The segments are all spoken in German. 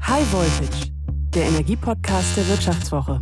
High Voltage, der Energiepodcast der Wirtschaftswoche.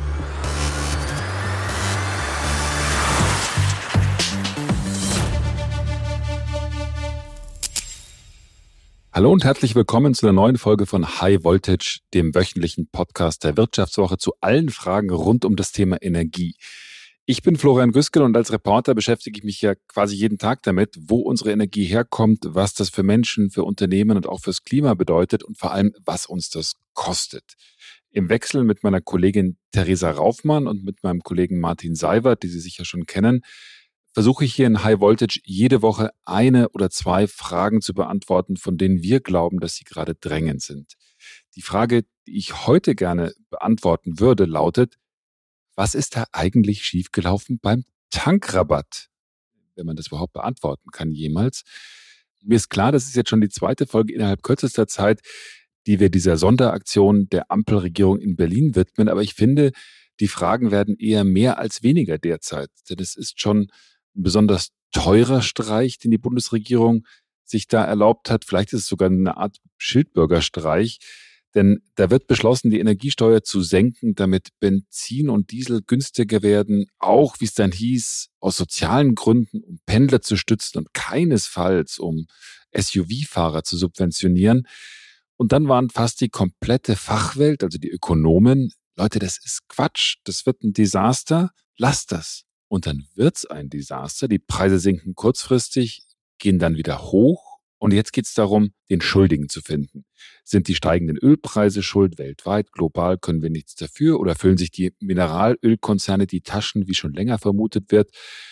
Hallo und herzlich willkommen zu einer neuen Folge von High Voltage, dem wöchentlichen Podcast der Wirtschaftswoche zu allen Fragen rund um das Thema Energie. Ich bin Florian Güskel und als Reporter beschäftige ich mich ja quasi jeden Tag damit, wo unsere Energie herkommt, was das für Menschen, für Unternehmen und auch fürs Klima bedeutet und vor allem, was uns das kostet. Im Wechsel mit meiner Kollegin Theresa Raufmann und mit meinem Kollegen Martin Seiwert, die Sie sicher schon kennen, versuche ich hier in High Voltage jede Woche eine oder zwei Fragen zu beantworten, von denen wir glauben, dass sie gerade drängend sind. Die Frage, die ich heute gerne beantworten würde, lautet: Was ist da eigentlich schiefgelaufen beim Tankrabatt? Wenn man das überhaupt beantworten kann jemals. Mir ist klar, das ist jetzt schon die zweite Folge innerhalb kürzester Zeit, die wir dieser Sonderaktion der Ampelregierung in Berlin widmen. Aber ich finde, die Fragen werden eher mehr als weniger derzeit. Denn es ist schon ein besonders teurer Streich, den die Bundesregierung sich da erlaubt hat. Vielleicht ist es sogar eine Art Schildbürgerstreich. Denn da wird beschlossen, die Energiesteuer zu senken, damit Benzin und Diesel günstiger werden, auch, wie es dann hieß, aus sozialen Gründen, um Pendler zu stützen und keinesfalls, um SUV-Fahrer zu subventionieren. Und dann waren fast die komplette Fachwelt, also die Ökonomen: Leute, das ist Quatsch, das wird ein Desaster, lasst das. Und dann wird's ein Desaster, die Preise sinken kurzfristig, gehen dann wieder hoch. Und jetzt geht es darum, den Schuldigen zu finden. Sind die steigenden Ölpreise schuld weltweit? Global können wir nichts dafür? Oder füllen sich die Mineralölkonzerne die Taschen, wie schon länger vermutet wird?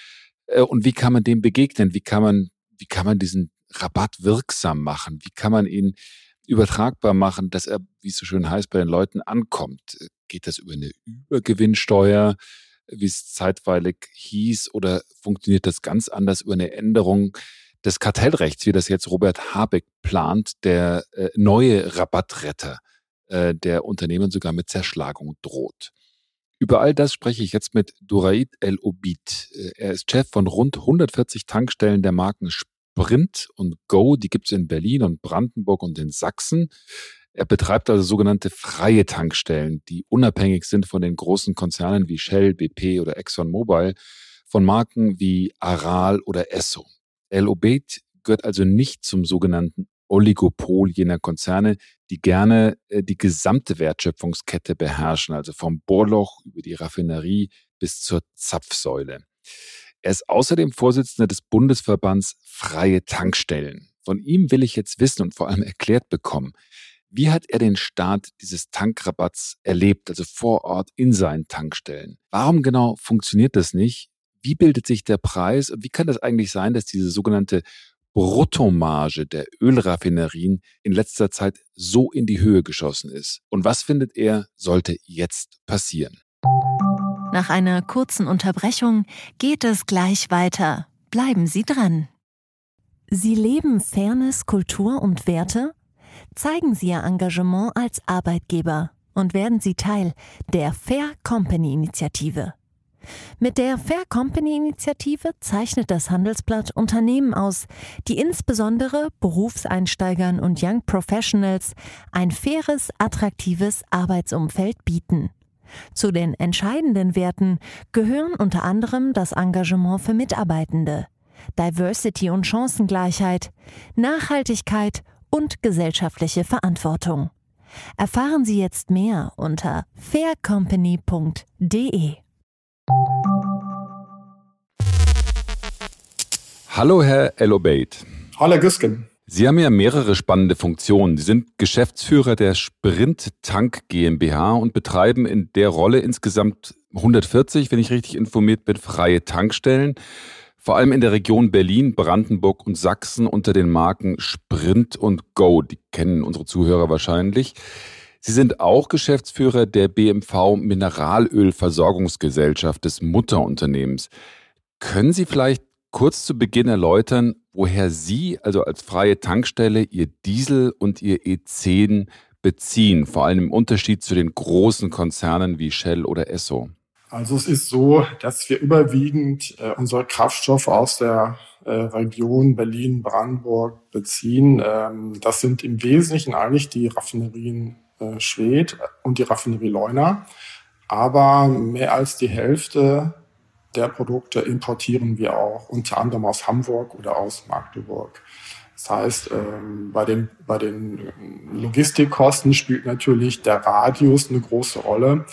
Und wie kann man dem begegnen? Wie kann man diesen Rabatt wirksam machen? Wie kann man ihn übertragbar machen, dass er, wie es so schön heißt, bei den Leuten ankommt? Geht das über eine Übergewinnsteuer, wie es zeitweilig hieß? Oder funktioniert das ganz anders über eine Änderung des Kartellrechts, wie das jetzt Robert Habeck plant, der neue Rabattretter, der Unternehmen sogar mit Zerschlagung droht? Über all das spreche ich jetzt mit Doraid El-Obeid. Er ist Chef von rund 140 Tankstellen der Marken Sprint und Go. Die gibt es in Berlin und Brandenburg und in Sachsen. Er betreibt also sogenannte freie Tankstellen, die unabhängig sind von den großen Konzernen wie Shell, BP oder ExxonMobil, von Marken wie Aral oder Esso. El-Obeid gehört also nicht zum sogenannten Oligopol jener Konzerne, die gerne die gesamte Wertschöpfungskette beherrschen, also vom Bohrloch über die Raffinerie bis zur Zapfsäule. Er ist außerdem Vorsitzender des Bundesverbands Freie Tankstellen. Von ihm will ich jetzt wissen und vor allem erklärt bekommen: Wie hat er den Start dieses Tankrabatts erlebt, also vor Ort in seinen Tankstellen? Warum genau funktioniert das nicht? Wie bildet sich der Preis und wie kann das eigentlich sein, dass diese sogenannte Bruttomarge der Ölraffinerien in letzter Zeit so in die Höhe geschossen ist? Und was findet er, sollte jetzt passieren? Nach einer kurzen Unterbrechung geht es gleich weiter. Bleiben Sie dran. Sie leben Fairness, Kultur und Werte? Zeigen Sie Ihr Engagement als Arbeitgeber und werden Sie Teil der Fair Company Initiative. Mit der Fair Company Initiative zeichnet das Handelsblatt Unternehmen aus, die insbesondere Berufseinsteigern und Young Professionals ein faires, attraktives Arbeitsumfeld bieten. Zu den entscheidenden Werten gehören unter anderem das Engagement für Mitarbeitende, Diversity und Chancengleichheit, Nachhaltigkeit und gesellschaftliche Verantwortung. Erfahren Sie jetzt mehr unter faircompany.de. Hallo Herr El-Obeid. Hallo Herr Güsken. Sie haben ja mehrere spannende Funktionen. Sie sind Geschäftsführer der Sprint Tank GmbH und betreiben in der Rolle insgesamt 140, wenn ich richtig informiert bin, freie Tankstellen. Vor allem in der Region Berlin, Brandenburg und Sachsen unter den Marken Sprint und Go. Die kennen unsere Zuhörer wahrscheinlich. Sie sind auch Geschäftsführer der BMV Mineralölversorgungsgesellschaft, des Mutterunternehmens. Können Sie vielleicht kurz zu Beginn erläutern, woher Sie, also als freie Tankstelle, Ihr Diesel und Ihr E10 beziehen, vor allem im Unterschied zu den großen Konzernen wie Shell oder Esso? Also es ist so, dass wir überwiegend unsere Kraftstoffe aus der Region Berlin-Brandenburg beziehen. Das sind im Wesentlichen eigentlich die Raffinerien Schwedt und die Raffinerie Leuna. Aber mehr als die Hälfte der Produkte importieren wir auch, unter anderem aus Hamburg oder aus Magdeburg. Das heißt, bei den Logistikkosten spielt natürlich der Radius eine große Rolle.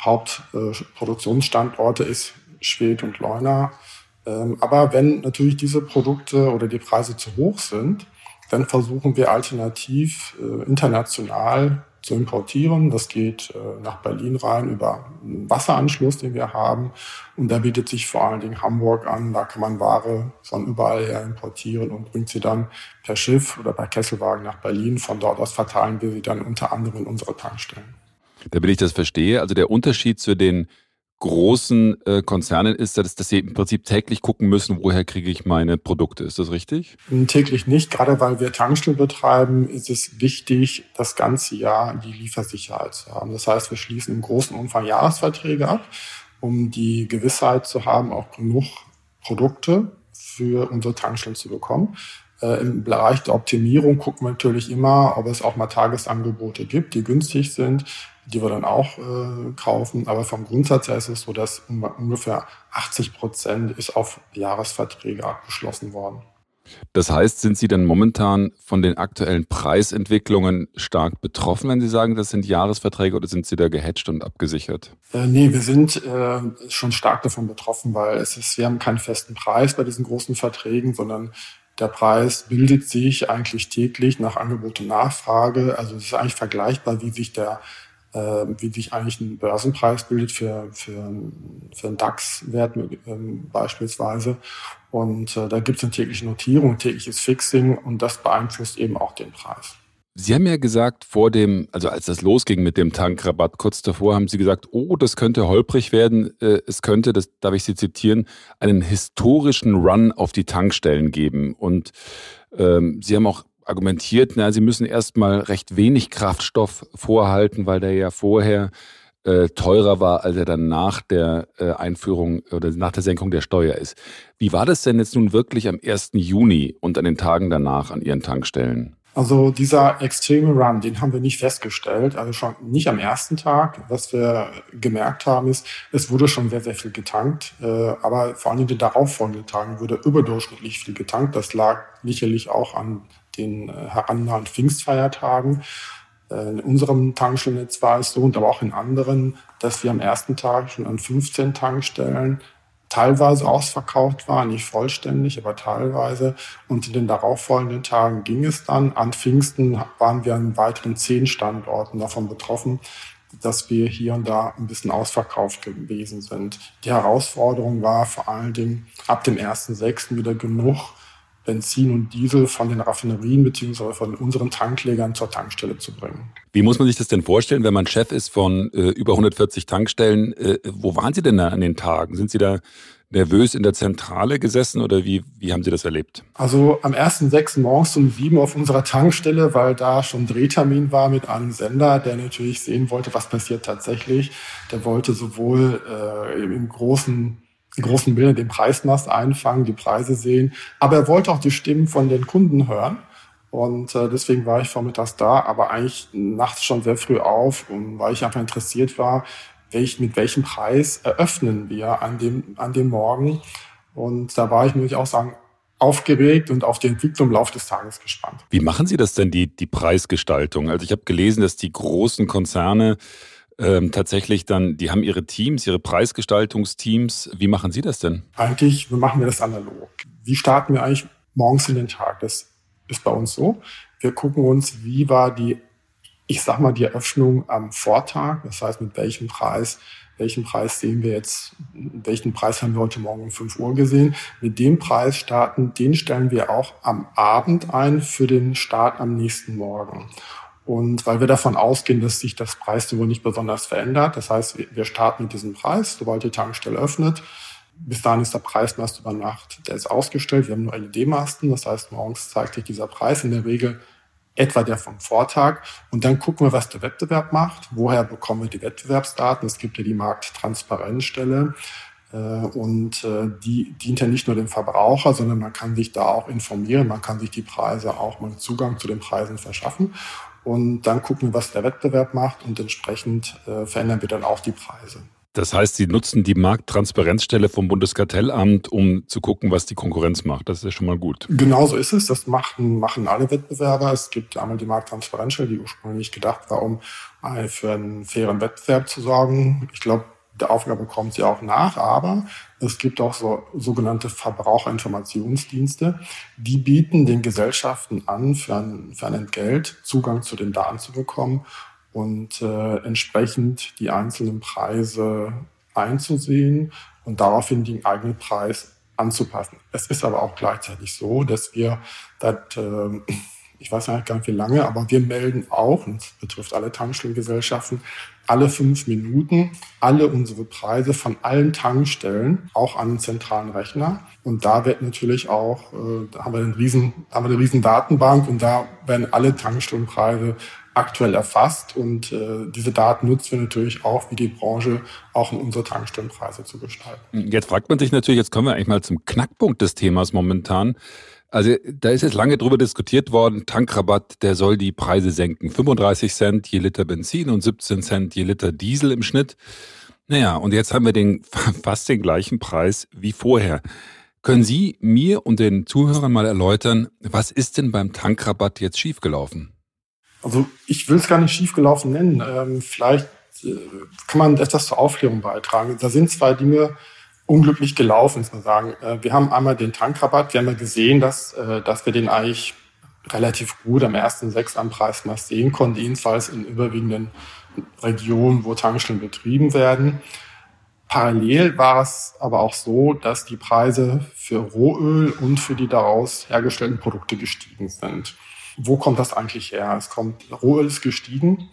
Hauptproduktionsstandorte ist Schwedt und Leuna. Aber wenn natürlich diese Produkte oder die Preise zu hoch sind, dann versuchen wir alternativ international zu importieren. Das geht nach Berlin rein über einen Wasseranschluss, den wir haben. Und da bietet sich vor allen Dingen Hamburg an. Da kann man Ware von überall her importieren und bringt sie dann per Schiff oder per Kesselwagen nach Berlin. Von dort aus verteilen wir sie dann unter anderem in unsere Tankstellen. Damit ich das verstehe, also der Unterschied zu den großen Konzernen ist, dass sie im Prinzip täglich gucken müssen, woher kriege ich meine Produkte. Ist das richtig? Täglich nicht. Gerade weil wir Tankstellen betreiben, ist es wichtig, das ganze Jahr die Liefersicherheit zu haben. Das heißt, wir schließen im großen Umfang Jahresverträge ab, um die Gewissheit zu haben, auch genug Produkte für unsere Tankstellen zu bekommen. Im Bereich der Optimierung gucken wir natürlich immer, ob es auch mal Tagesangebote gibt, die günstig sind, die wir dann auch kaufen. Aber vom Grundsatz her ist es so, dass ungefähr 80% ist auf Jahresverträge abgeschlossen worden. Das heißt, sind Sie dann momentan von den aktuellen Preisentwicklungen stark betroffen, wenn Sie sagen, das sind Jahresverträge, oder sind Sie da gehatcht und abgesichert? Nee, wir sind schon stark davon betroffen, weil wir haben keinen festen Preis bei diesen großen Verträgen, sondern der Preis bildet sich eigentlich täglich nach Angebot und Nachfrage. Also es ist eigentlich vergleichbar, wie sich eigentlich ein Börsenpreis bildet für einen DAX-Wert beispielsweise. Und da gibt es eine tägliche Notierung, ein tägliches Fixing, und das beeinflusst eben auch den Preis. Sie haben ja gesagt, als das losging mit dem Tankrabatt, kurz davor haben Sie gesagt, oh, das könnte holprig werden. Es könnte, das darf ich Sie zitieren, einen historischen Run auf die Tankstellen geben. Und Sie haben auch argumentiert, Sie müssen erstmal recht wenig Kraftstoff vorhalten, weil der ja vorher teurer war, als er dann nach der Einführung oder nach der Senkung der Steuer ist. Wie war das denn jetzt nun wirklich am 1. Juni und an den Tagen danach an Ihren Tankstellen? Also dieser extreme Run, den haben wir nicht festgestellt, also schon nicht am ersten Tag. Was wir gemerkt haben ist, es wurde schon sehr, sehr viel getankt, aber vor allem in den darauffolgenden Tagen wurde überdurchschnittlich viel getankt. Das lag sicherlich auch an den herannahenden Pfingstfeiertagen. In unserem Tankstellennetz war es so, und aber auch in anderen, dass wir am ersten Tag schon an 15 Tankstellen teilweise ausverkauft war, nicht vollständig, aber teilweise. Und in den darauffolgenden Tagen ging es dann. An Pfingsten waren wir an weiteren 10 Standorten davon betroffen, dass wir hier und da ein bisschen ausverkauft gewesen sind. Die Herausforderung war vor allen Dingen ab dem 1.6. wieder genug Benzin und Diesel von den Raffinerien bzw. von unseren Tanklegern zur Tankstelle zu bringen. Wie muss man sich das denn vorstellen, wenn man Chef ist von über 140 Tankstellen? Wo waren Sie denn da an den Tagen? Sind Sie da nervös in der Zentrale gesessen oder wie haben Sie das erlebt? Also am 1.6. morgens um 7 auf unserer Tankstelle, weil da schon Drehtermin war mit einem Sender, der natürlich sehen wollte, was passiert tatsächlich. Der wollte sowohl im großen Bildern den Preismast einfangen, die Preise sehen. Aber er wollte auch die Stimmen von den Kunden hören. Und deswegen war ich vormittags da, aber eigentlich nachts schon sehr früh auf, weil ich einfach interessiert war, mit welchem Preis eröffnen wir an dem Morgen. Und da war ich, muss ich auch sagen, aufgeregt und auf die Entwicklung im Laufe des Tages gespannt. Wie machen Sie das denn, die Preisgestaltung? Also ich habe gelesen, dass die großen Konzerne tatsächlich dann, die haben ihre Teams, ihre Preisgestaltungsteams. Wie machen Sie das denn? Eigentlich machen wir das analog. Wie starten wir eigentlich morgens in den Tag? Das ist bei uns so. Wir gucken uns, wie war die Eröffnung am Vortag. Das heißt, mit welchem Preis sehen wir jetzt, welchen Preis haben wir heute Morgen um 5 Uhr gesehen. Mit dem Preis starten, den stellen wir auch am Abend ein für den Start am nächsten Morgen. Und weil wir davon ausgehen, dass sich das Preisniveau nicht besonders verändert. Das heißt, wir starten mit diesem Preis, sobald die Tankstelle öffnet. Bis dahin ist der Preismast über Nacht, der ist ausgestellt. Wir haben nur LED-Masten, das heißt, morgens zeigt sich dieser Preis in der Regel etwa der vom Vortag. Und dann gucken wir, was der Wettbewerb macht. Woher bekommen wir die Wettbewerbsdaten? Es gibt ja die Markttransparenzstelle. Die dient ja nicht nur dem Verbraucher, sondern man kann sich da auch informieren. Man kann sich die Preise auch mal Zugang zu den Preisen verschaffen. Und dann gucken wir, was der Wettbewerb macht. Und entsprechend verändern wir dann auch die Preise. Das heißt, Sie nutzen die Markttransparenzstelle vom Bundeskartellamt, um zu gucken, was die Konkurrenz macht. Das ist ja schon mal gut. Genau so ist es. Das machen alle Wettbewerber. Es gibt einmal die Markttransparenzstelle, die ursprünglich gedacht war, um für einen fairen Wettbewerb zu sorgen. Ich glaube, der Aufgabe kommt sie auch nach, aber es gibt auch sogenannte Verbraucherinformationsdienste, die bieten den Gesellschaften an, für ein Entgelt Zugang zu den Daten zu bekommen und entsprechend die einzelnen Preise einzusehen und daraufhin den eigenen Preis anzupassen. Es ist aber auch gleichzeitig so, dass wir ich weiß eigentlich gar nicht wie lange, aber wir melden auch, und das betrifft alle Tankstellengesellschaften, alle 5 Minuten alle unsere Preise von allen Tankstellen, auch an den zentralen Rechner. Und da wird natürlich auch, da haben wir eine riesen Datenbank und da werden alle Tankstellenpreise aktuell erfasst. Und diese Daten nutzen wir natürlich auch, wie die Branche, auch in unsere Tankstellenpreise zu gestalten. Jetzt fragt man sich natürlich, jetzt kommen wir eigentlich mal zum Knackpunkt des Themas momentan. Also da ist jetzt lange drüber diskutiert worden, Tankrabatt, der soll die Preise senken. 35 Cent je Liter Benzin und 17 Cent je Liter Diesel im Schnitt. Naja, und jetzt haben wir fast den gleichen Preis wie vorher. Können Sie mir und den Zuhörern mal erläutern, was ist denn beim Tankrabatt jetzt schiefgelaufen? Also ich will es gar nicht schiefgelaufen nennen. Vielleicht kann man etwas zur Aufklärung beitragen. Da sind 2 Dinge unglücklich gelaufen, muss man sagen. Wir haben einmal den Tankrabatt. Wir haben ja gesehen, dass wir den eigentlich relativ gut am 1.6. am Preismast sehen konnten, jedenfalls in überwiegenden Regionen, wo Tankstellen betrieben werden. Parallel war es aber auch so, dass die Preise für Rohöl und für die daraus hergestellten Produkte gestiegen sind. Wo kommt das eigentlich her? Rohöl ist gestiegen,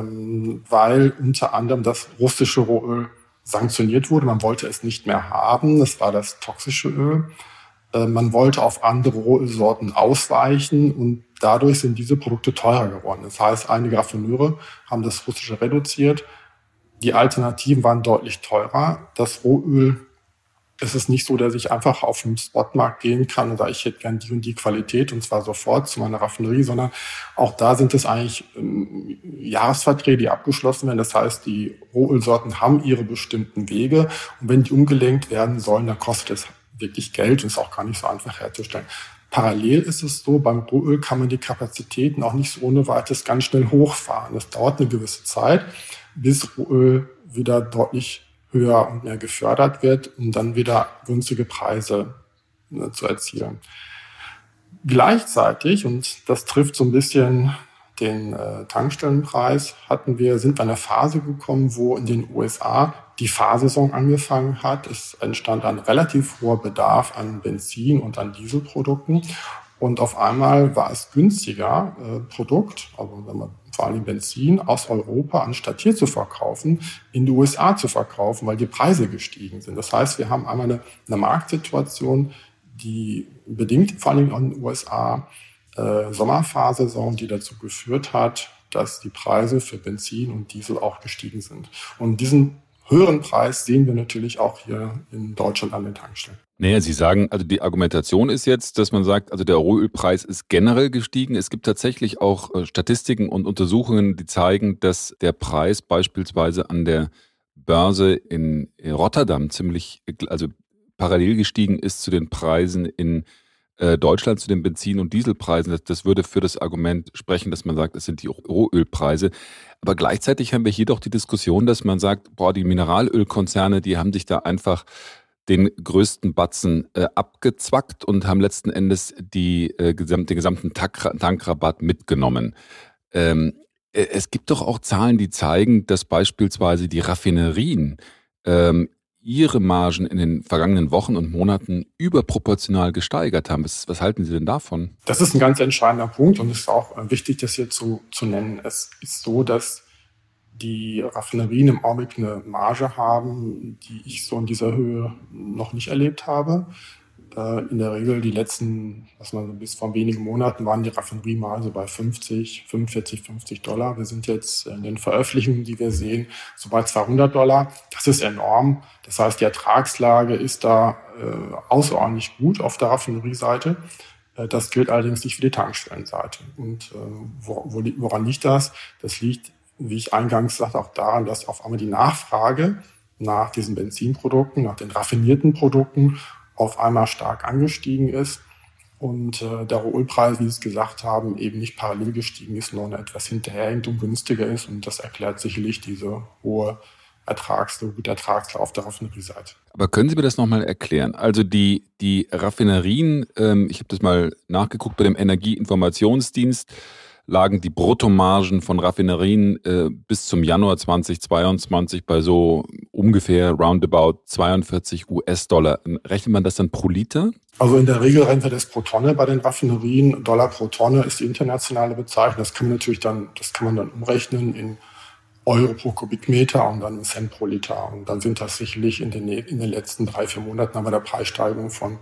weil unter anderem das russische Rohöl sanktioniert wurde. Man wollte es nicht mehr haben. Das war das toxische Öl. Man wollte auf andere Rohölsorten ausweichen und dadurch sind diese Produkte teurer geworden. Das heißt, einige Raffineure haben das Russische reduziert. Die Alternativen waren deutlich teurer. Das Rohöl, es ist nicht so, dass ich einfach auf den Spotmarkt gehen kann und sage, ich hätte gern die und die Qualität und zwar sofort zu meiner Raffinerie, sondern auch da sind es eigentlich Jahresverträge, die abgeschlossen werden. Das heißt, die Rohölsorten haben ihre bestimmten Wege und wenn die umgelenkt werden sollen, dann kostet es wirklich Geld und ist auch gar nicht so einfach herzustellen. Parallel ist es so, beim Rohöl kann man die Kapazitäten auch nicht so ohne weiteres ganz schnell hochfahren. Das dauert eine gewisse Zeit, bis Rohöl wieder deutlich höher und mehr gefördert wird, um dann wieder günstige Preise zu erzielen. Gleichzeitig, und das trifft so ein bisschen den Tankstellenpreis, sind wir in eine Phase gekommen, wo in den USA die Fahrsaison angefangen hat. Es entstand ein relativ hoher Bedarf an Benzin und an Dieselprodukten. Und auf einmal war es günstiger, Produkt, also wenn man vor allem Benzin aus Europa, anstatt hier zu verkaufen, in die USA zu verkaufen, weil die Preise gestiegen sind. Das heißt, wir haben einmal eine Marktsituation, die bedingt vor allem in den USA Sommerfahrsaison, die dazu geführt hat, dass die Preise für Benzin und Diesel auch gestiegen sind. Und diesen höheren Preis sehen wir natürlich auch hier in Deutschland an den Tankstellen. Naja, Sie sagen, also die Argumentation ist jetzt, dass man sagt, also der Rohölpreis ist generell gestiegen. Es gibt tatsächlich auch Statistiken und Untersuchungen, die zeigen, dass der Preis beispielsweise an der Börse in Rotterdam also parallel gestiegen ist zu den Preisen in Deutschland, zu den Benzin- und Dieselpreisen. Das würde für das Argument sprechen, dass man sagt, es sind die Rohölpreise. Aber gleichzeitig haben wir hier doch die Diskussion, dass man sagt, die Mineralölkonzerne, die haben sich da einfach den größten Batzen abgezwackt und haben letzten Endes den gesamten Tankrabatt mitgenommen. Es gibt doch auch Zahlen, die zeigen, dass beispielsweise die Raffinerien ihre Margen in den vergangenen Wochen und Monaten überproportional gesteigert haben. Was halten Sie denn davon? Das ist ein ganz entscheidender Punkt und es ist auch wichtig, das hier zu nennen. Es ist so, dass die Raffinerien im Augenblick eine Marge haben, die ich so in dieser Höhe noch nicht erlebt habe. In der Regel die letzten, bis vor wenigen Monaten waren die Raffineriemargen bei 45, 50 $. Wir sind jetzt in den Veröffentlichungen, die wir sehen, so bei $200. Das ist enorm. Das heißt, die Ertragslage ist da außerordentlich gut auf der Raffinerieseite. Das gilt allerdings nicht für die Tankstellenseite. Und woran liegt das? Das liegt, wie ich eingangs sagte, auch daran, dass auf einmal die Nachfrage nach diesen Benzinprodukten, nach den raffinierten Produkten auf einmal stark angestiegen ist und der Rohölpreis, wie Sie es gesagt haben, eben nicht parallel gestiegen ist, sondern etwas hinterherhinkt und günstiger ist. Und das erklärt sicherlich diese gute Ertragslage auf der Raffinerieseite. Aber können Sie mir das nochmal erklären? Also die Raffinerien, ich habe das mal nachgeguckt bei dem Energieinformationsdienst, lagen die Bruttomargen von Raffinerien bis zum Januar 2022 bei so ungefähr roundabout $42. Rechnet man das dann pro Liter? Also in der Regel rechnen wir das pro Tonne bei den Raffinerien. Dollar pro Tonne ist die internationale Bezeichnung. Das kann man dann umrechnen in Euro pro Kubikmeter und dann Cent pro Liter. Und dann sind das sicherlich in den letzten 3-4 Monaten haben wir eine Preissteigerung von,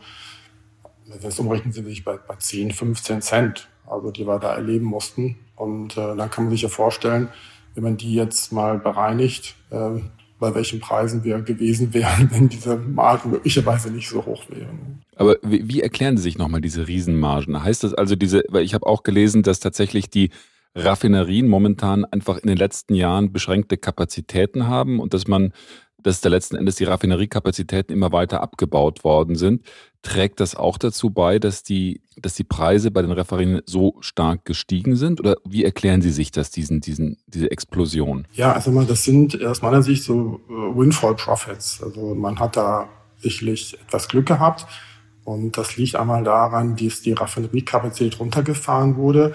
wenn wir es umrechnen, sind wir bei 10, 15 Cent. Also die wir da erleben mussten. Und dann kann man sich ja vorstellen, wenn man die jetzt mal bereinigt, bei welchen Preisen wir gewesen wären, wenn diese Margen möglicherweise nicht so hoch wären. Aber wie erklären Sie sich nochmal diese Riesenmargen? Heißt das also weil ich habe auch gelesen, dass tatsächlich die Raffinerien momentan einfach in den letzten Jahren beschränkte Kapazitäten haben und dass da letzten Endes die Raffineriekapazitäten immer weiter abgebaut worden sind. Trägt das auch dazu bei, dass die Preise bei den Raffinerien so stark gestiegen sind? Oder wie erklären Sie sich das, diese Explosion? Ja, also das sind aus meiner Sicht so Windfall Profits. Also man hat da sicherlich etwas Glück gehabt. Und das liegt einmal daran, dass die Raffineriekapazität runtergefahren wurde.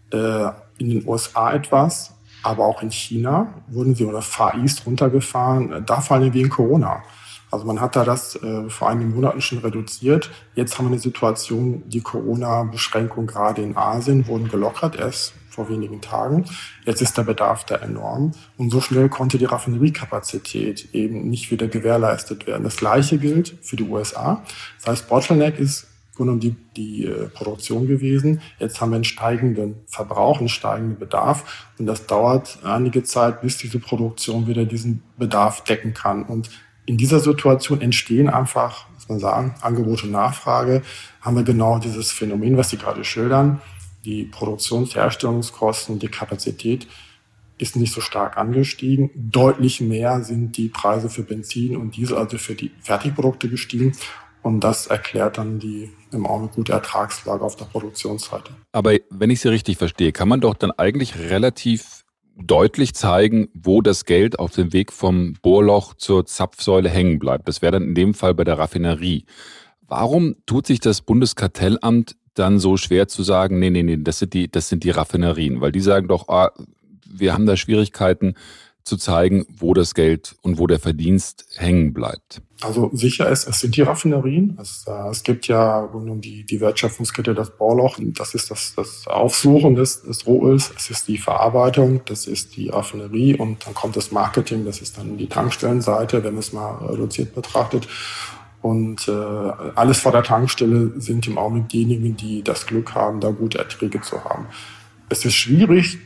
In den USA etwas, aber auch in China wurden sie oder Far East runtergefahren, da vor allem wegen Corona. Also man hat da das vor einigen Monaten schon reduziert. Jetzt haben wir eine Situation, die Corona-Beschränkungen gerade in Asien wurden gelockert, erst vor wenigen Tagen. Jetzt ist der Bedarf da enorm. Und so schnell konnte die Raffineriekapazität eben nicht wieder gewährleistet werden. Das Gleiche gilt für die USA. Das heißt, Bottleneck ist die Produktion gewesen. Jetzt haben wir einen steigenden Verbrauch, einen steigenden Bedarf. Und das dauert einige Zeit, bis diese Produktion wieder diesen Bedarf decken kann. Und in dieser Situation entstehen einfach, muss man sagen, Angebot und Nachfrage. Haben wir genau dieses Phänomen, was Sie gerade schildern. Die Produktionsherstellungskosten, die Kapazität ist nicht so stark angestiegen. Deutlich mehr sind die Preise für Benzin und Diesel, also für die Fertigprodukte gestiegen. Und das erklärt dann die im Augenblick gute Ertragslage auf der Produktionsseite. Aber wenn ich Sie richtig verstehe, kann man doch dann eigentlich relativ deutlich zeigen, wo das Geld auf dem Weg vom Bohrloch zur Zapfsäule hängen bleibt. Das wäre dann in dem Fall bei der Raffinerie. Warum tut sich das Bundeskartellamt dann so schwer zu sagen, nee, das sind die Raffinerien? Weil die sagen doch, wir haben da Schwierigkeiten zu zeigen, wo das Geld und wo der Verdienst hängen bleibt. Also sicher ist, es sind die Raffinerien. Es gibt ja die Wertschöpfungskette, das Bohrloch, das ist das Aufsuchen des Rohöls, es ist die Verarbeitung, das ist die Raffinerie und dann kommt das Marketing, das ist dann die Tankstellenseite, wenn man es mal reduziert betrachtet. Und alles vor der Tankstelle sind im Augenblick diejenigen, die das Glück haben, da gute Erträge zu haben. Es ist schwierig,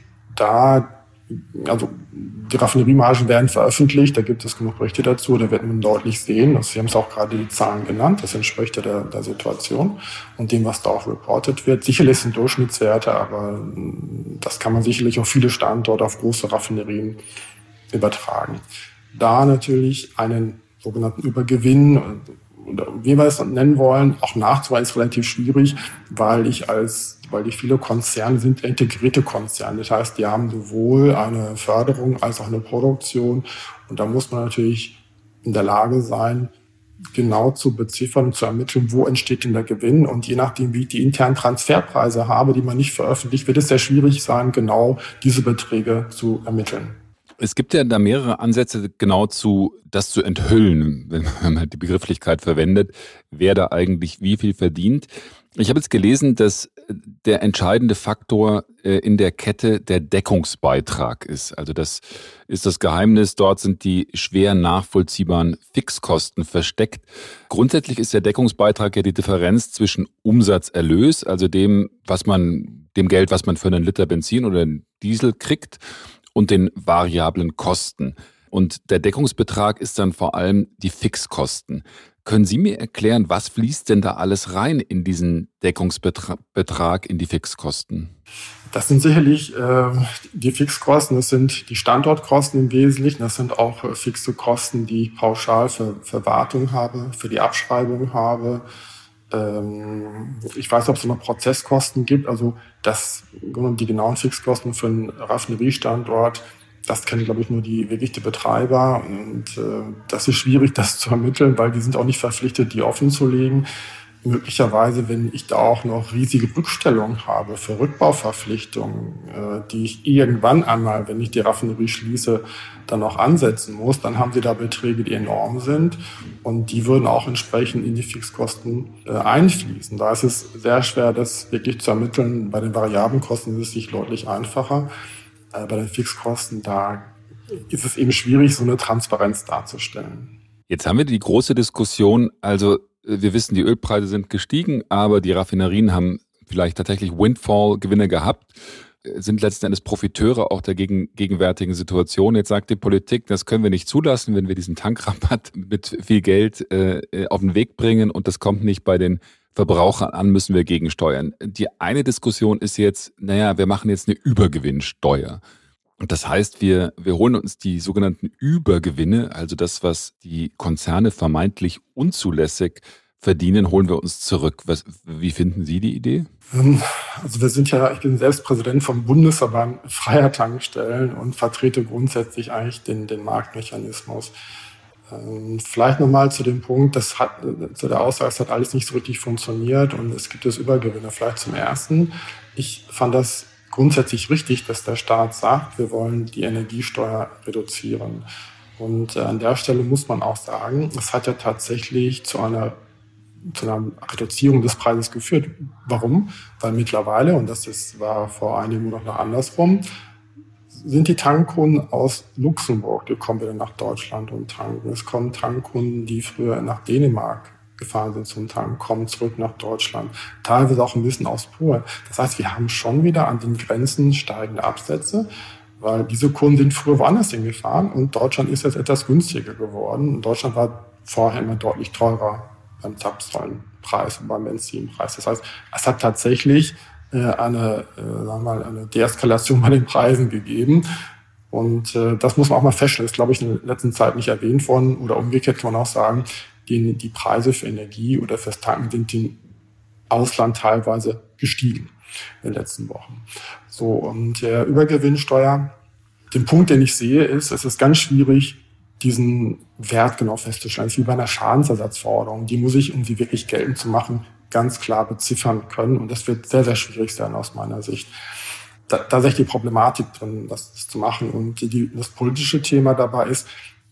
also die Raffineriemargen werden veröffentlicht, da gibt es genug Berichte dazu, da wird man deutlich sehen, Sie haben es auch gerade die Zahlen genannt, das entspricht ja der Situation und dem, was da auch reportet wird. Sicherlich sind Durchschnittswerte, aber das kann man sicherlich auf viele Standorte, auf große Raffinerien übertragen. Da natürlich einen sogenannten Übergewinn, oder wie wir es nennen wollen, auch nachzuweisen ist relativ schwierig, weil die viele Konzerne sind integrierte Konzerne. Das heißt, die haben sowohl eine Förderung als auch eine Produktion. Und da muss man natürlich in der Lage sein, genau zu beziffern und zu ermitteln, wo entsteht denn der Gewinn. Und je nachdem, wie ich die internen Transferpreise habe, die man nicht veröffentlicht, wird es sehr schwierig sein, genau diese Beträge zu ermitteln. Es gibt ja da mehrere Ansätze, genau das zu enthüllen, wenn man die Begrifflichkeit verwendet, wer da eigentlich wie viel verdient. Ich habe jetzt gelesen, dass der entscheidende Faktor in der Kette der Deckungsbeitrag ist. Also das ist das Geheimnis. Dort sind die schwer nachvollziehbaren Fixkosten versteckt. Grundsätzlich ist der Deckungsbeitrag ja die Differenz zwischen Umsatzerlös, also dem Geld, was man für einen Liter Benzin oder einen Diesel kriegt, und den variablen Kosten. Und der Deckungsbetrag ist dann vor allem die Fixkosten. Können Sie mir erklären, was fließt denn da alles rein in diesen Deckungsbetrag, in die Fixkosten? Das sind sicherlich die Fixkosten, das sind die Standortkosten im Wesentlichen, das sind auch fixe Kosten, die ich pauschal für Wartung habe, für die Abschreibung habe. Ich weiß nicht, ob es noch Prozesskosten gibt, also die genauen Fixkosten für einen Raffineriestandort, das kennen, glaube ich, nur die Betreiber. Und das ist schwierig, das zu ermitteln, weil die sind auch nicht verpflichtet, die offen zu legen. Möglicherweise, wenn ich da auch noch riesige Rückstellungen habe für Rückbauverpflichtungen, die ich irgendwann einmal, wenn ich die Raffinerie schließe, dann auch ansetzen muss, dann haben sie da Beträge, die enorm sind. Und die würden auch entsprechend in die Fixkosten einfließen. Da ist es sehr schwer, das wirklich zu ermitteln. Bei den variablen Kosten ist es sich deutlich einfacher. Bei den Fixkosten, da ist es eben schwierig, so eine Transparenz darzustellen. Jetzt haben wir die große Diskussion, also wir wissen, die Ölpreise sind gestiegen, aber die Raffinerien haben vielleicht tatsächlich Windfall-Gewinne gehabt, sind letzten Endes Profiteure auch der gegenwärtigen Situation. Jetzt sagt die Politik, das können wir nicht zulassen, wenn wir diesen Tankrabatt mit viel Geld auf den Weg bringen und das kommt nicht bei den Verbrauchern an, müssen wir gegensteuern. Die eine Diskussion ist jetzt, wir machen jetzt eine Übergewinnsteuer. Und das heißt, wir holen uns die sogenannten Übergewinne, also das, was die Konzerne vermeintlich unzulässig verdienen, holen wir uns zurück. Wie finden Sie die Idee? Also ich bin selbst Präsident vom Bundesverband freier Tankstellen und vertrete grundsätzlich eigentlich den Marktmechanismus. Vielleicht nochmal zu dem Punkt, zu der Aussage, es hat alles nicht so richtig funktioniert und es gibt Übergewinne. Vielleicht zum Ersten. Ich fand das grundsätzlich richtig, dass der Staat sagt, wir wollen die Energiesteuer reduzieren. Und an der Stelle muss man auch sagen, es hat ja tatsächlich zu einer Reduzierung des Preises geführt. Warum? Weil mittlerweile, und war vor einigen Monaten noch andersrum, sind die Tankkunden aus Luxemburg, die kommen wieder nach Deutschland und tanken. Es kommen Tankkunden, die früher nach Dänemark gefahren sind zum Tanken, kommen zurück nach Deutschland. Teilweise auch ein bisschen aus Polen. Das heißt, wir haben schon wieder an den Grenzen steigende Absätze, weil diese Kunden sind früher woanders hingefahren und Deutschland ist jetzt etwas günstiger geworden. Und Deutschland war vorher immer deutlich teurer beim Zapfsäulenpreis und beim Benzinpreis. Das heißt, es hat tatsächlich eine Deeskalation bei den Preisen gegeben. Und das muss man auch mal feststellen. Das ist, glaube ich, in der letzten Zeit nicht erwähnt worden. Oder umgekehrt kann man auch sagen, die Preise für Energie oder fürs Tanken sind im Ausland teilweise gestiegen in den letzten Wochen. So, und der Übergewinnsteuer, den Punkt, den ich sehe, ist, es ist ganz schwierig, diesen Wert genau festzustellen. Das ist wie bei einer Schadensersatzforderung. Die muss ich, um sie wirklich geltend zu machen, ganz klar beziffern können. Und das wird sehr, sehr schwierig sein aus meiner Sicht. Da sehe ich die Problematik drin, das zu machen. Und das politische Thema dabei ist,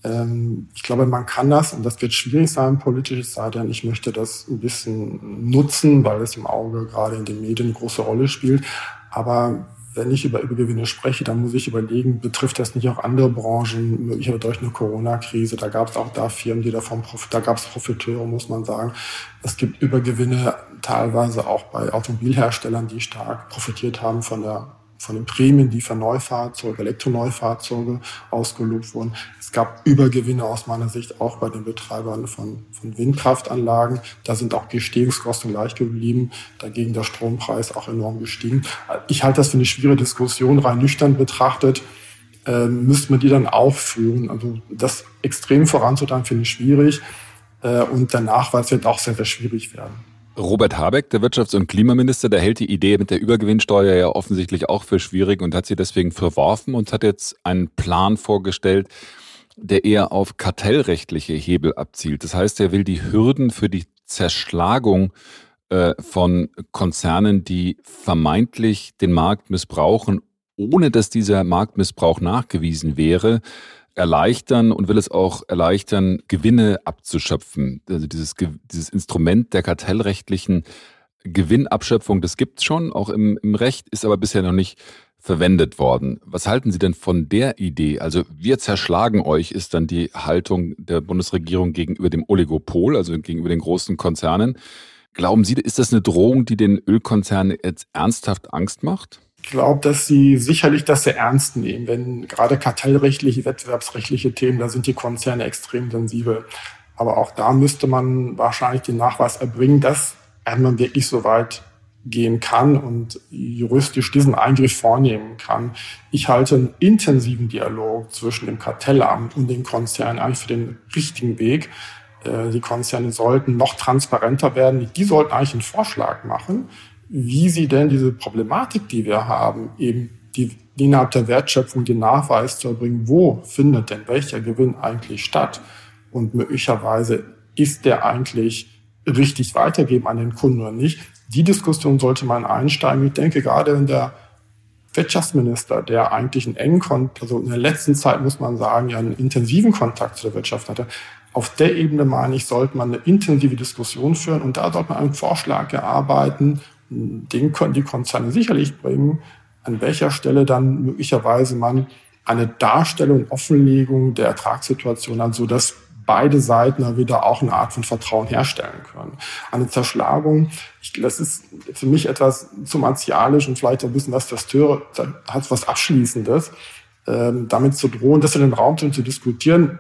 ich glaube, man kann das, und das wird schwierig sein, politisches Seite. Ich möchte das ein bisschen nutzen, weil es im Auge gerade in den Medien eine große Rolle spielt. Aber wenn ich über Übergewinne spreche, dann muss ich überlegen, betrifft das nicht auch andere Branchen, möglicherweise durch eine Corona-Krise? Da gab es auch da Firmen, die da gab es Profiteure, muss man sagen. Es gibt Übergewinne teilweise auch bei Automobilherstellern, die stark profitiert haben von den Prämien, die für Neufahrzeuge, Elektroneufahrzeuge ausgelobt wurden. Es gab Übergewinne aus meiner Sicht auch bei den Betreibern von Windkraftanlagen. Da sind auch Gestehungskosten gleich geblieben, dagegen der Strompreis auch enorm gestiegen. Ich halte das für eine schwierige Diskussion, rein nüchtern betrachtet. Müsste man die dann auch führen. Also das extrem voranzutreiben, finde ich schwierig. Und der Nachweis wird auch sehr, sehr schwierig werden. Robert Habeck, der Wirtschafts- und Klimaminister, der hält die Idee mit der Übergewinnsteuer ja offensichtlich auch für schwierig und hat sie deswegen verworfen und hat jetzt einen Plan vorgestellt, der eher auf kartellrechtliche Hebel abzielt. Das heißt, er will die Hürden für die Zerschlagung von Konzernen, die vermeintlich den Markt missbrauchen, ohne dass dieser Marktmissbrauch nachgewiesen wäre, erleichtern und will es auch erleichtern, Gewinne abzuschöpfen. Also dieses Instrument der kartellrechtlichen Gewinnabschöpfung, das gibt's schon, auch im Recht, ist aber bisher noch nicht verwendet worden. Was halten Sie denn von der Idee? Also wir zerschlagen euch, ist dann die Haltung der Bundesregierung gegenüber dem Oligopol, also gegenüber den großen Konzernen. Glauben Sie, ist das eine Drohung, die den Ölkonzernen jetzt ernsthaft Angst macht? Ich glaube, dass sie sicherlich das sehr ernst nehmen, wenn gerade kartellrechtliche, wettbewerbsrechtliche Themen, da sind die Konzerne extrem sensibel. Aber auch da müsste man wahrscheinlich den Nachweis erbringen, dass man wirklich so weit gehen kann und juristisch diesen Eingriff vornehmen kann. Ich halte einen intensiven Dialog zwischen dem Kartellamt und den Konzernen eigentlich für den richtigen Weg. Die Konzerne sollten noch transparenter werden. Die sollten eigentlich einen Vorschlag machen, wie sie denn diese Problematik, die wir haben, eben die innerhalb der Wertschöpfung den Nachweis zu erbringen, wo findet denn welcher Gewinn eigentlich statt? Und möglicherweise ist der eigentlich richtig weitergeben an den Kunden oder nicht. Die Diskussion sollte man einsteigen. Ich denke, gerade wenn der Wirtschaftsminister, der eigentlich einen engen Kontakt, also in der letzten Zeit muss man sagen, ja einen intensiven Kontakt zu der Wirtschaft hatte, auf der Ebene, meine ich, sollte man eine intensive Diskussion führen und da sollte man einen Vorschlag erarbeiten. Den können die Konzerne sicherlich bringen, an welcher Stelle dann möglicherweise man eine Darstellung und Offenlegung der Ertragssituation hat, sodass beide Seiten da wieder auch eine Art von Vertrauen herstellen können. Eine Zerschlagung, das ist für mich etwas zu martialisch und vielleicht ein bisschen was Verstöre, hat was Abschließendes. Damit zu drohen, das in den Raum zu diskutieren,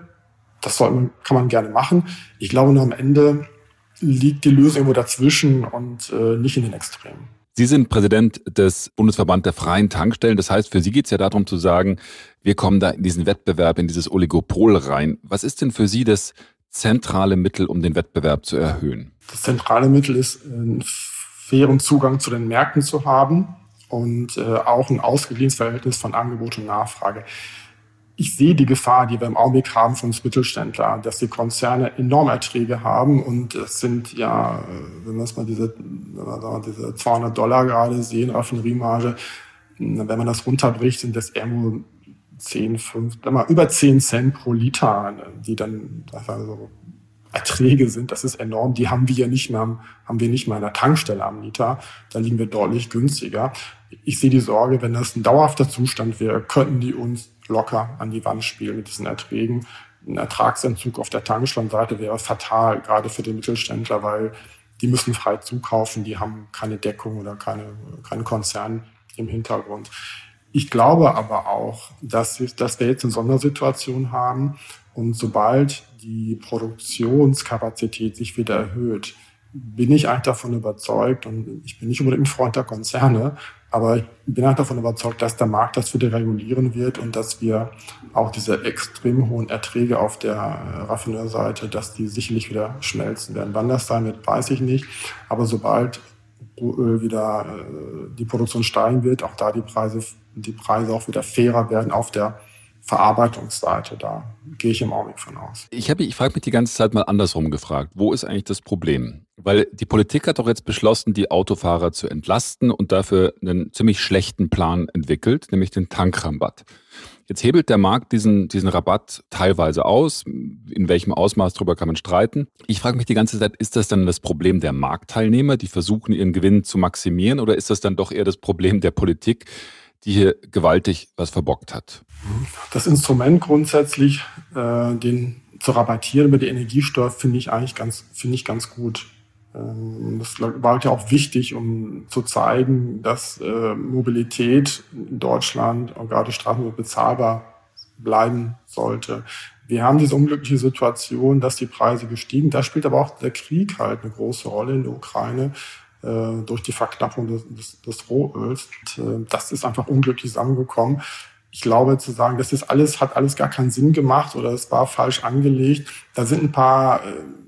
kann man gerne machen. Ich glaube, nur am Ende liegt die Lösung irgendwo dazwischen und nicht in den Extremen. Sie sind Präsident des Bundesverband der freien Tankstellen. Das heißt, für Sie geht es ja darum zu sagen, wir kommen da in diesen Wettbewerb, in dieses Oligopol rein. Was ist denn für Sie das zentrale Mittel, um den Wettbewerb zu erhöhen? Das zentrale Mittel ist, einen fairen Zugang zu den Märkten zu haben und auch ein ausgeglichenes Verhältnis von Angebot und Nachfrage. Ich sehe die Gefahr, die wir im Augenblick haben von uns Mittelständler, dass die Konzerne enorme Erträge haben und es sind ja, wenn wir mal diese $200 gerade sehen, Raffineriemarge, wenn man das runterbricht, sind das irgendwo über 10 Cent pro Liter, die dann so Erträge sind. Das ist enorm. Die haben wir nicht mehr in der Tankstelle am Liter. Da liegen wir deutlich günstiger. Ich sehe die Sorge, wenn das ein dauerhafter Zustand wäre, könnten die uns locker an die Wand spielen mit diesen Erträgen. Ein Ertragsentzug auf der Tankstellenseite wäre fatal, gerade für den Mittelständler, weil die müssen frei zukaufen, die haben keine Deckung oder keinen Konzern im Hintergrund. Ich glaube aber auch, dass wir jetzt eine Sondersituation haben und sobald die Produktionskapazität sich wieder erhöht, bin ich eigentlich davon überzeugt, und ich bin nicht unbedingt ein Freund der Konzerne, aber ich bin halt davon überzeugt, dass der Markt das wieder regulieren wird und dass wir auch diese extrem hohen Erträge auf der Raffineurseite, dass die sicherlich wieder schmelzen werden. Wann das sein wird, weiß ich nicht. Aber sobald Rohöl wieder die Produktion steigen wird, auch da die Preise auch wieder fairer werden auf der Verarbeitungsseite, da gehe ich im Augenblick von aus. Ich frage mich die ganze Zeit mal andersrum gefragt, wo ist eigentlich das Problem? Weil die Politik hat doch jetzt beschlossen, die Autofahrer zu entlasten und dafür einen ziemlich schlechten Plan entwickelt, nämlich den Tankrabatt. Jetzt hebelt der Markt diesen Rabatt teilweise aus. In welchem Ausmaß, darüber kann man streiten. Ich frage mich die ganze Zeit, ist das dann das Problem der Marktteilnehmer, die versuchen, ihren Gewinn zu maximieren, oder ist das dann doch eher das Problem der Politik, die hier gewaltig was verbockt hat? Das Instrument grundsätzlich, den zu rabattieren über die Energiesteuer, finde ich ganz gut. Das war ja auch wichtig, um zu zeigen, dass Mobilität in Deutschland und gerade Straßen bezahlbar bleiben sollte. Wir haben diese unglückliche Situation, dass die Preise gestiegen. Da spielt aber auch der Krieg halt eine große Rolle in der Ukraine durch die Verknappung des Rohöls. Und, das ist einfach unglücklich zusammengekommen. Ich glaube, zu sagen, hat alles gar keinen Sinn gemacht oder es war falsch angelegt. Da sind ein paar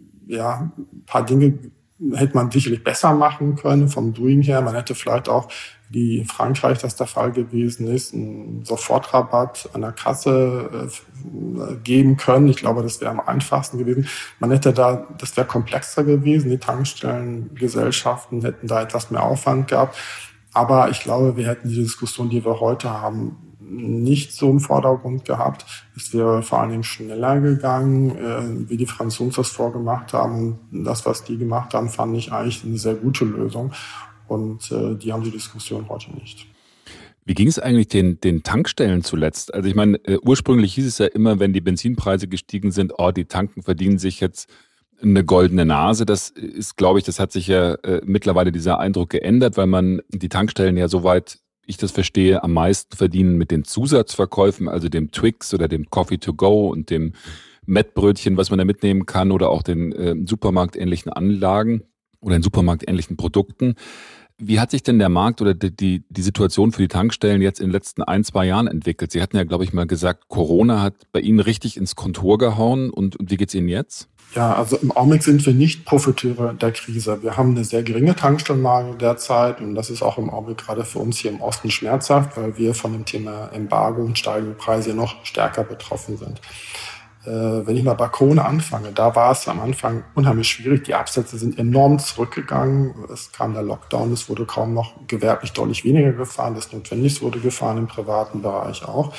Dinge, hätte man sicherlich besser machen können vom Doing her. Man hätte vielleicht auch, wie in Frankreich das der Fall gewesen ist, einen Sofortrabatt an der Kasse geben können. Ich glaube, das wäre am einfachsten gewesen. Das wäre komplexer gewesen. Die Tankstellengesellschaften hätten da etwas mehr Aufwand gehabt. Aber ich glaube, wir hätten die Diskussion, die wir heute haben, nicht so im Vordergrund gehabt. Es wäre vor allen Dingen schneller gegangen, wie die Franzosen das vorgemacht haben. Und das, was die gemacht haben, fand ich eigentlich eine sehr gute Lösung. Und die haben die Diskussion heute nicht. Wie ging es eigentlich den Tankstellen zuletzt? Also ich meine, ursprünglich hieß es ja immer, wenn die Benzinpreise gestiegen sind, die Tanken verdienen sich jetzt eine goldene Nase. Das ist, glaube ich, das hat sich ja mittlerweile dieser Eindruck geändert, weil man die Tankstellen ja, soweit ich das verstehe, am meisten verdienen mit den Zusatzverkäufen, also dem Twix oder dem Coffee to go und dem Mettbrötchen, was man da mitnehmen kann, oder auch den supermarktähnlichen Anlagen oder den supermarktähnlichen Produkten. Wie hat sich denn der Markt oder die Situation für die Tankstellen jetzt in den letzten 1-2 Jahren entwickelt? Sie hatten ja, glaube ich, mal gesagt, Corona hat bei Ihnen richtig ins Kontor gehauen. Und wie geht's Ihnen jetzt? Ja, also im Augenblick sind wir nicht Profiteure der Krise. Wir haben eine sehr geringe Tankstellenmarge derzeit und das ist auch im Augenblick gerade für uns hier im Osten schmerzhaft, weil wir von dem Thema Embargo und steigende Preise noch stärker betroffen sind. Wenn ich mal bei Corona anfange, da war es am Anfang unheimlich schwierig. Die Absätze sind enorm zurückgegangen. Es kam der Lockdown, es wurde kaum noch gewerblich deutlich weniger gefahren. Das Notwendigste wurde gefahren im privaten Bereich auch.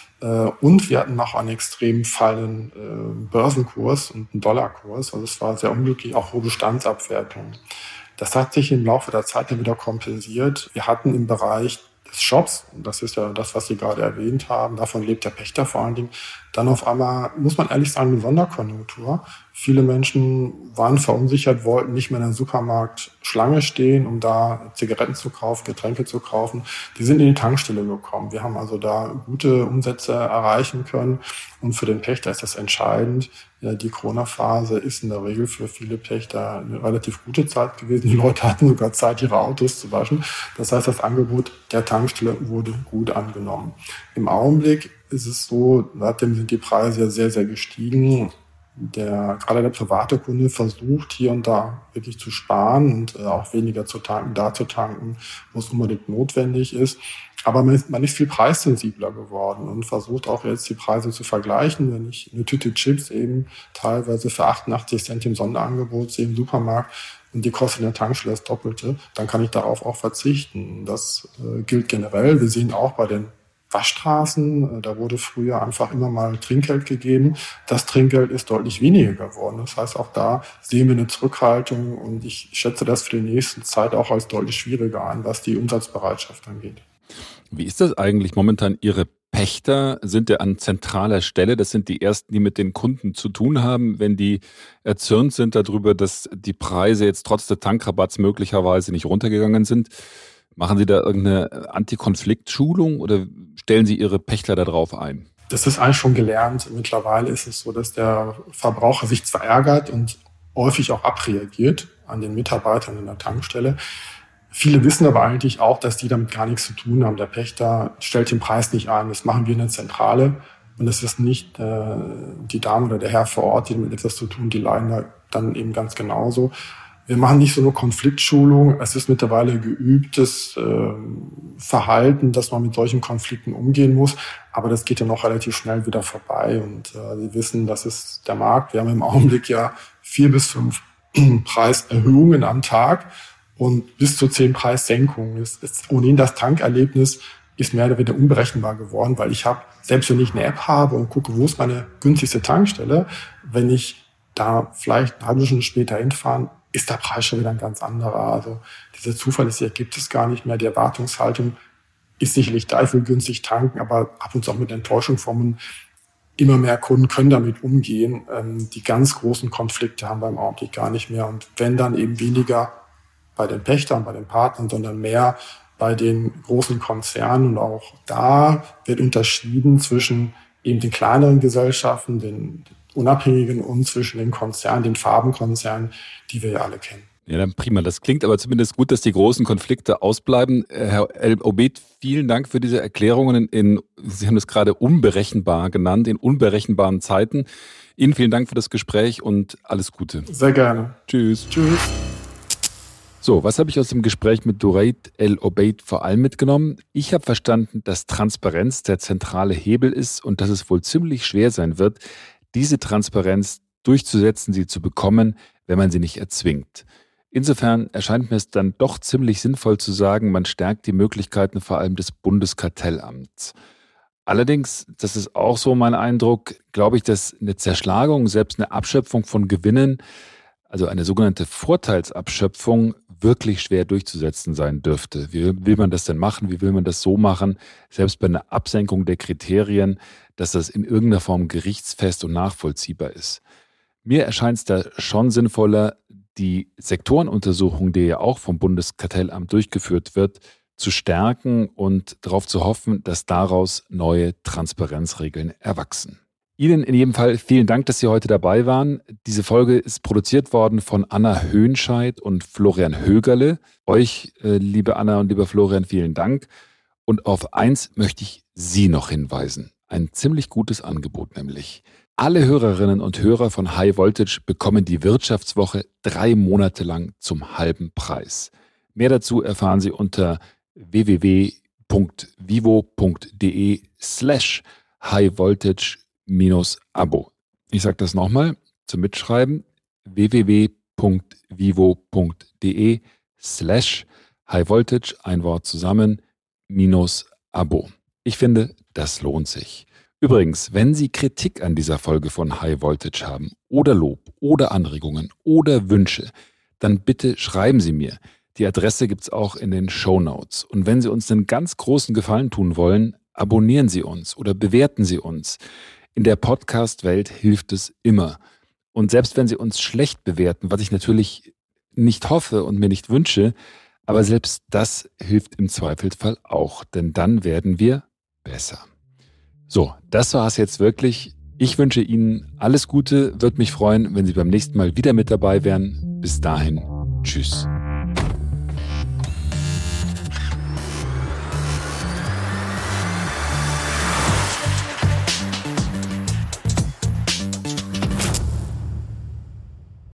Und wir hatten noch einen extrem fallenden Börsenkurs und einen Dollarkurs. Also es war sehr unglücklich, auch hohe Bestandsabwertungen. Das hat sich im Laufe der Zeit dann wieder kompensiert. Wir hatten im Bereich des Shops, und das ist ja das, was Sie gerade erwähnt haben, davon lebt der Pächter vor allen Dingen, dann auf einmal, muss man ehrlich sagen, eine Sonderkonjunktur. Viele Menschen waren verunsichert, wollten nicht mehr in der Supermarktschlange stehen, um da Zigaretten zu kaufen, Getränke zu kaufen. Die sind in die Tankstelle gekommen. Wir haben also da gute Umsätze erreichen können. Und für den Pächter ist das entscheidend. Ja, die Corona-Phase ist in der Regel für viele Pächter eine relativ gute Zeit gewesen. Die Leute hatten sogar Zeit, ihre Autos zu waschen. Das heißt, das Angebot der Tankstelle wurde gut angenommen. Im Augenblick ist es so, seitdem sind die Preise ja sehr, sehr gestiegen. Gerade der private Kunde versucht hier und da wirklich zu sparen und auch weniger zu tanken, da zu tanken, wo es unbedingt notwendig ist. Aber man ist viel preissensibler geworden und versucht auch jetzt die Preise zu vergleichen. Wenn ich eine Tüte Chips eben teilweise für 88 Cent im Sonderangebot sehe im Supermarkt und die kostet in der Tankstelle das Doppelte, dann kann ich darauf auch verzichten. Das gilt generell. Wir sehen auch bei den Waschstraßen, da wurde früher einfach immer mal Trinkgeld gegeben. Das Trinkgeld ist deutlich weniger geworden. Das heißt, auch da sehen wir eine Zurückhaltung und ich schätze das für die nächste Zeit auch als deutlich schwieriger an, was die Umsatzbereitschaft angeht. Wie ist das eigentlich momentan? Ihre Pächter sind ja an zentraler Stelle. Das sind die Ersten, die mit den Kunden zu tun haben, wenn die erzürnt sind darüber, dass die Preise jetzt trotz des Tankrabatts möglicherweise nicht runtergegangen sind. Machen Sie da irgendeine Antikonfliktschulung oder stellen Sie Ihre Pächter darauf ein? Das ist eigentlich schon gelernt. Mittlerweile ist es so, dass der Verbraucher sich zwar ärgert und häufig auch abreagiert an den Mitarbeitern in der Tankstelle. Viele wissen aber eigentlich auch, dass die damit gar nichts zu tun haben. Der Pächter stellt den Preis nicht ein. Das machen wir in der Zentrale. Und es ist nicht die Dame oder der Herr vor Ort, die damit etwas zu tun, die leiden da dann eben ganz genauso. Wir machen nicht so eine Konfliktschulung. Es ist mittlerweile geübtes Verhalten, dass man mit solchen Konflikten umgehen muss. Aber das geht ja noch relativ schnell wieder vorbei. Und Sie wissen, das ist der Markt. Wir haben im Augenblick ja 4 bis 5 Preiserhöhungen am Tag und bis zu 10 Preissenkungen. Ohnehin das Tankerlebnis ist mehr oder weniger unberechenbar geworden, weil ich habe, selbst wenn ich eine App habe und gucke, wo ist meine günstigste Tankstelle, wenn ich da vielleicht eine halbe Stunde später hinfahren, ist der Preis schon wieder ein ganz anderer. Also diese Zuverlässigkeit gibt es gar nicht mehr. Die Erwartungshaltung ist sicherlich da, ich will günstig tanken, aber ab und zu auch mit Enttäuschung formen. Immer mehr Kunden können damit umgehen. Die ganz großen Konflikte haben wir im Augenblick gar nicht mehr. Und wenn dann eben weniger bei den Pächtern, bei den Partnern, sondern mehr bei den großen Konzernen. Und auch da wird unterschieden zwischen eben den kleineren Gesellschaften, den Unabhängigen und zwischen den Konzernen, den Farbenkonzernen, die wir ja alle kennen. Ja, dann prima. Das klingt aber zumindest gut, dass die großen Konflikte ausbleiben. Herr El-Obeid, vielen Dank für diese Erklärungen Sie haben es gerade unberechenbar genannt, in unberechenbaren Zeiten. Ihnen vielen Dank für das Gespräch und alles Gute. Sehr gerne. Tschüss. Tschüss. So, was habe ich aus dem Gespräch mit Duraid El-Obeid vor allem mitgenommen? Ich habe verstanden, dass Transparenz der zentrale Hebel ist und dass es wohl ziemlich schwer sein wird, diese Transparenz durchzusetzen, sie zu bekommen, wenn man sie nicht erzwingt. Insofern erscheint mir es dann doch ziemlich sinnvoll zu sagen, man stärkt die Möglichkeiten vor allem des Bundeskartellamts. Allerdings, das ist auch so mein Eindruck, glaube ich, dass eine Zerschlagung, selbst eine Abschöpfung von Gewinnen, also eine sogenannte Vorteilsabschöpfung, wirklich schwer durchzusetzen sein dürfte. Wie will man das denn machen? Wie will man das so machen, selbst bei einer Absenkung der Kriterien, dass das in irgendeiner Form gerichtsfest und nachvollziehbar ist? Mir erscheint es da schon sinnvoller, die Sektorenuntersuchung, die ja auch vom Bundeskartellamt durchgeführt wird, zu stärken und darauf zu hoffen, dass daraus neue Transparenzregeln erwachsen. Ihnen in jedem Fall vielen Dank, dass Sie heute dabei waren. Diese Folge ist produziert worden von Anna Höhnscheid und Florian Högerle. Euch, liebe Anna und lieber Florian, vielen Dank. Und auf eins möchte ich Sie noch hinweisen. Ein ziemlich gutes Angebot nämlich. Alle Hörerinnen und Hörer von High Voltage bekommen die Wirtschaftswoche 3 Monate lang zum halben Preis. Mehr dazu erfahren Sie unter www.vivo.de/highvoltage-abo. Ich sage das nochmal zum Mitschreiben: www.vivo.de/highvoltage, ein Wort zusammen, -abo. Ich finde, das lohnt sich. Übrigens, wenn Sie Kritik an dieser Folge von High Voltage haben oder Lob oder Anregungen oder Wünsche, dann bitte schreiben Sie mir. Die Adresse gibt es auch in den Shownotes. Und wenn Sie uns einen ganz großen Gefallen tun wollen, abonnieren Sie uns oder bewerten Sie uns. In der Podcast-Welt hilft es immer. Und selbst wenn Sie uns schlecht bewerten, was ich natürlich nicht hoffe und mir nicht wünsche, aber selbst das hilft im Zweifelsfall auch, denn dann werden wir besser. So, das war es jetzt wirklich. Ich wünsche Ihnen alles Gute, würde mich freuen, wenn Sie beim nächsten Mal wieder mit dabei wären. Bis dahin, tschüss.